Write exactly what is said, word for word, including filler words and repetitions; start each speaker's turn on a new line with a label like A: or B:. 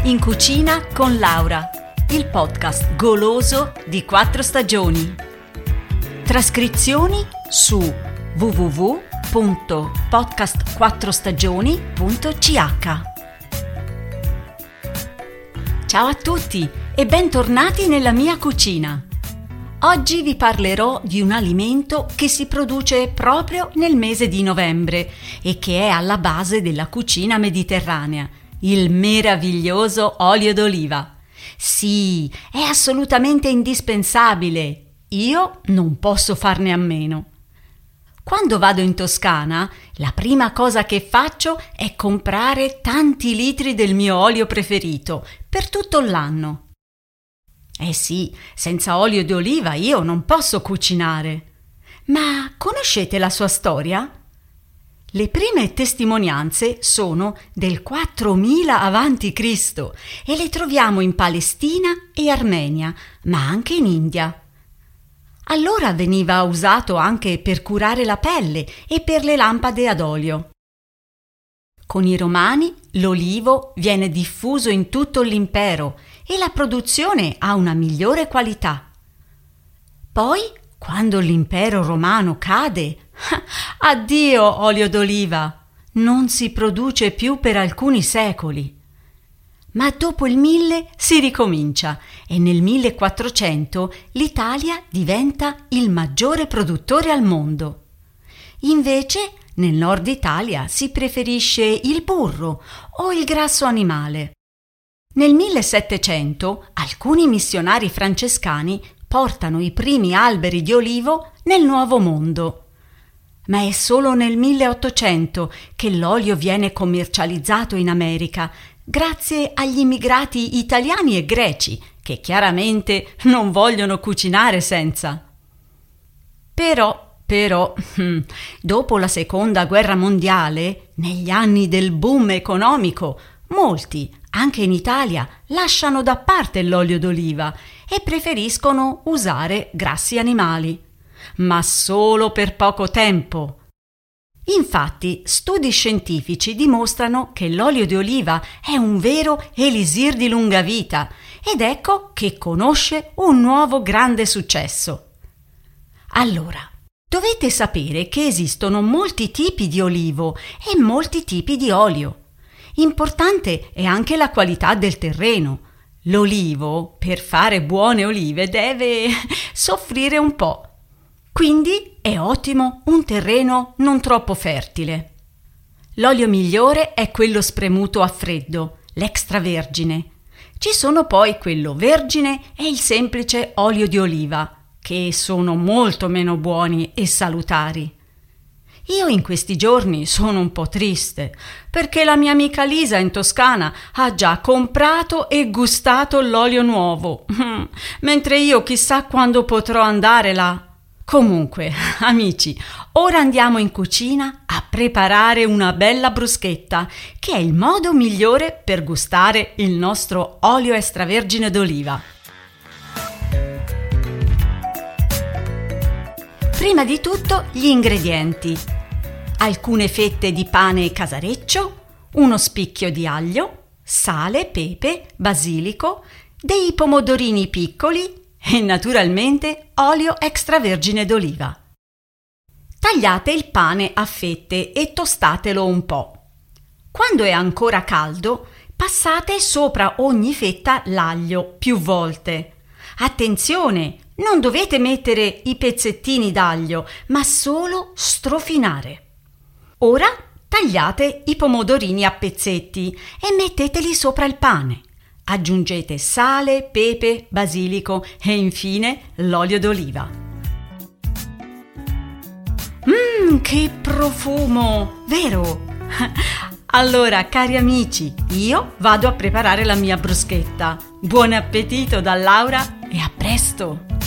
A: In cucina con Laura, il podcast goloso di Quattro Stagioni. Trascrizioni su w w w punto podcast quattro stagioni punto c h. Ciao a tutti e bentornati nella mia cucina. Oggi vi parlerò di un alimento che si produce proprio nel mese di novembre e che è alla base della cucina mediterranea, il meraviglioso olio d'oliva. Sì, è assolutamente indispensabile. Io non posso farne a meno. Quando vado in Toscana, la prima cosa che faccio è comprare tanti litri del mio olio preferito per tutto l'anno. Eh sì, senza olio d'oliva io non posso cucinare. Ma conoscete la sua storia? Le prime testimonianze sono del quattromila avanti Cristo e le troviamo in Palestina e Armenia, ma anche in India. Allora veniva usato anche per curare la pelle e per le lampade ad olio. Con i Romani l'olivo viene diffuso in tutto l'impero e la produzione ha una migliore qualità. Poi, quando l'impero romano cade, addio olio d'oliva, non si produce più per alcuni secoli. Ma dopo il mille si ricomincia e nel millequattrocento l'Italia diventa il maggiore produttore al mondo. Invece, nel nord Italia si preferisce il burro o il grasso animale. Nel millesettecento alcuni missionari francescani portano i primi alberi di olivo nel Nuovo Mondo. Ma è solo nel milleottocento che l'olio viene commercializzato in America, grazie agli immigrati italiani e greci, che chiaramente non vogliono cucinare senza. Però Però, dopo la Seconda Guerra Mondiale, negli anni del boom economico, molti, anche in Italia, lasciano da parte l'olio d'oliva e preferiscono usare grassi animali, ma solo per poco tempo. Infatti, studi scientifici dimostrano che l'olio di oliva è un vero elisir di lunga vita ed ecco che conosce un nuovo grande successo. Allora, dovete sapere che esistono molti tipi di olivo e molti tipi di olio. Importante è anche la qualità del terreno. L'olivo, per fare buone olive, deve soffrire un po'. Quindi è ottimo un terreno non troppo fertile. L'olio migliore è quello spremuto a freddo, l'extravergine. Ci sono poi quello vergine e il semplice olio di oliva, che sono molto meno buoni e salutari. Io in questi giorni sono un po' triste, perché la mia amica Lisa in Toscana ha già comprato e gustato l'olio nuovo, mentre io chissà quando potrò andare là. Comunque, amici, ora andiamo in cucina a preparare una bella bruschetta, che è il modo migliore per gustare il nostro olio extravergine d'oliva. Prima di tutto gli ingredienti: alcune fette di pane casareccio, uno spicchio di aglio, sale, pepe, basilico, dei pomodorini piccoli e naturalmente olio extravergine d'oliva. Tagliate il pane a fette e tostatelo un po'. Quando è ancora caldo, passate sopra ogni fetta l'aglio più volte. Attenzione! Non dovete mettere i pezzettini d'aglio, ma solo strofinare. Ora tagliate i pomodorini a pezzetti e metteteli sopra il pane. Aggiungete sale, pepe, basilico e infine l'olio d'oliva. Mmm, che profumo, vero? Allora, cari amici, io vado a preparare la mia bruschetta. Buon appetito da Laura e a presto!